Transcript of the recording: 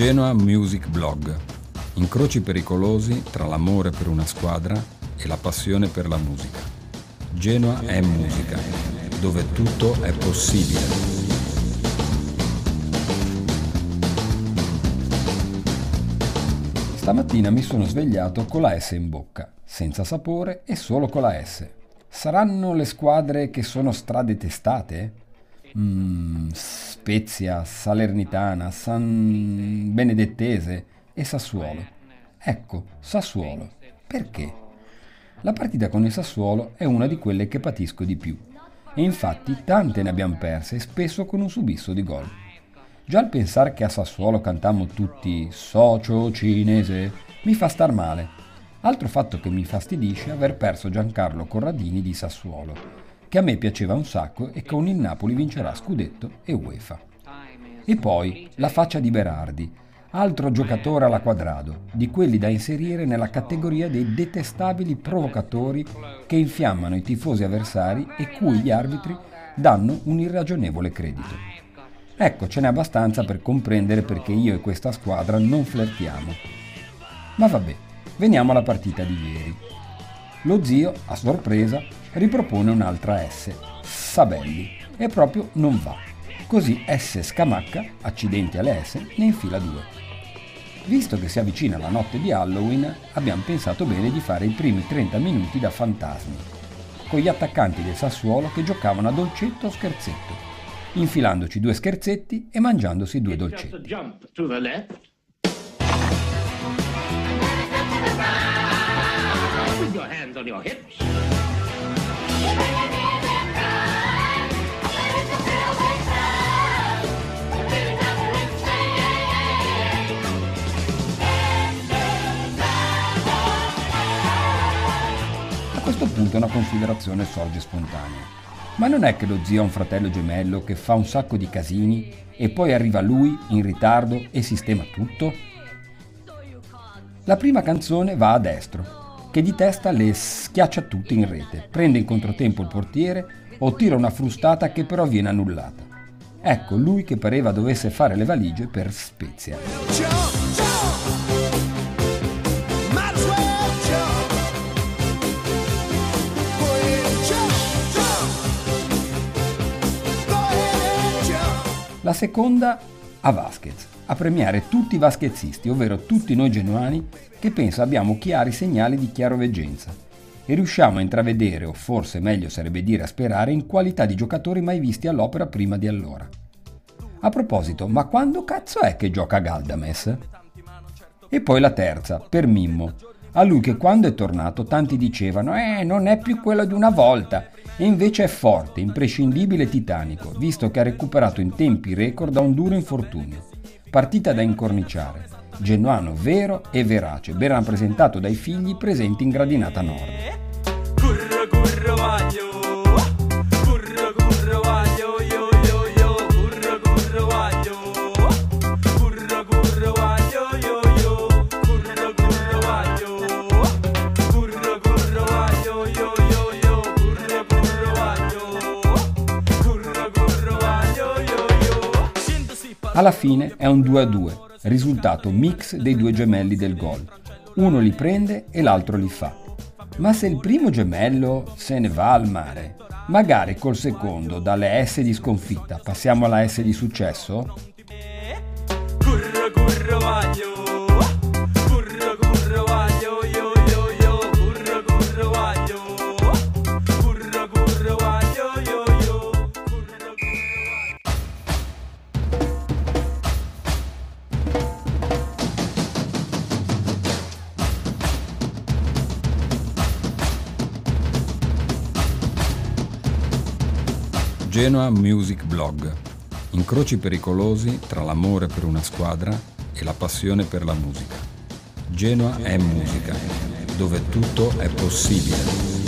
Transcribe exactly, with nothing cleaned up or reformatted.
Genoa Music Blog. Incroci pericolosi tra l'amore per una squadra e la passione per la musica. Genoa è musica, dove tutto è possibile. Stamattina mi sono svegliato con la S in bocca, senza sapore e solo con la S. Saranno le squadre che sono stradetestate? Mm, Spezia, Salernitana, San Benedettese e Sassuolo. Ecco, Sassuolo. Perché? La partita con il Sassuolo è una di quelle che patisco di più. E infatti tante ne abbiamo perse, spesso con un subisso di gol. Già il pensare che a Sassuolo cantammo tutti socio cinese mi fa star male. Altro fatto che mi fastidisce è aver perso Giancarlo Corradini di Sassuolo, che a me piaceva un sacco e con il Napoli vincerà scudetto e UEFA. E poi la faccia di Berardi, altro giocatore alla quadrado, di quelli da inserire nella categoria dei detestabili provocatori che infiammano i tifosi avversari e cui gli arbitri danno un irragionevole credito. Ecco, ce n'è abbastanza per comprendere perché io e questa squadra non flirtiamo. Ma vabbè, veniamo alla partita di ieri. Lo zio, a sorpresa, ripropone un'altra S, Sabelli, e proprio non va. Così S Scamacca, accidenti alle S, ne infila due. Visto che si avvicina la notte di Halloween, abbiamo pensato bene di fare i primi trenta minuti da fantasmi, con gli attaccanti del Sassuolo che giocavano a dolcetto o scherzetto, infilandoci due scherzetti e mangiandosi due dolcetti. Your hands on your hips. A questo punto una considerazione sorge spontanea. Ma non è che lo zio ha un fratello gemello che fa un sacco di casini e poi arriva lui in ritardo e sistema tutto? La prima canzone va a destro, che di testa le schiaccia tutte in rete, prende in controtempo il portiere o tira una frustata che però viene annullata. Ecco lui che pareva dovesse fare le valigie per Spezia. La seconda a Vasquez, a premiare tutti i vasquezisti, ovvero tutti noi genuani che penso abbiamo chiari segnali di chiaroveggenza e riusciamo a intravedere, o forse meglio sarebbe dire a sperare, in qualità di giocatori mai visti all'opera prima di allora. A proposito, ma quando cazzo è che gioca Galdames? E poi la terza, per Mimmo, a lui che quando è tornato tanti dicevano «Eh, non è più quello di una volta», e invece è forte, imprescindibile e titanico, visto che ha recuperato in tempi record da un duro infortunio. Partita da incorniciare, genuano vero e verace, ben rappresentato dai figli presenti in gradinata nord. Curro, curro, vaglio. Curro, curro, vaglio, yo, yo, yo. Curro, curro, vaglio. Curro, curro, vaglio, yo, yo. Curro, curro, vaglio. Curro, curro, vaglio, yo, yo, yo. Curro, curro, vaglio. Curro, curro, vaglio, yo, yo. Alla fine è un due a due, risultato mix dei due gemelli del gol. Uno li prende e l'altro li fa. Ma se il primo gemello se ne va al mare, magari col secondo dalle S di sconfitta passiamo alla S di successo? Curro, curro, vaglio. Curro, curro, vaglio, yo, yo, yo. Curro, curro, vaglio. Curro, curro, vaglio, yo, yo. Curro, Genoa Music Blog. Incroci pericolosi tra l'amore per una squadra e la passione per la musica. Genoa è musica, dove tutto è possibile.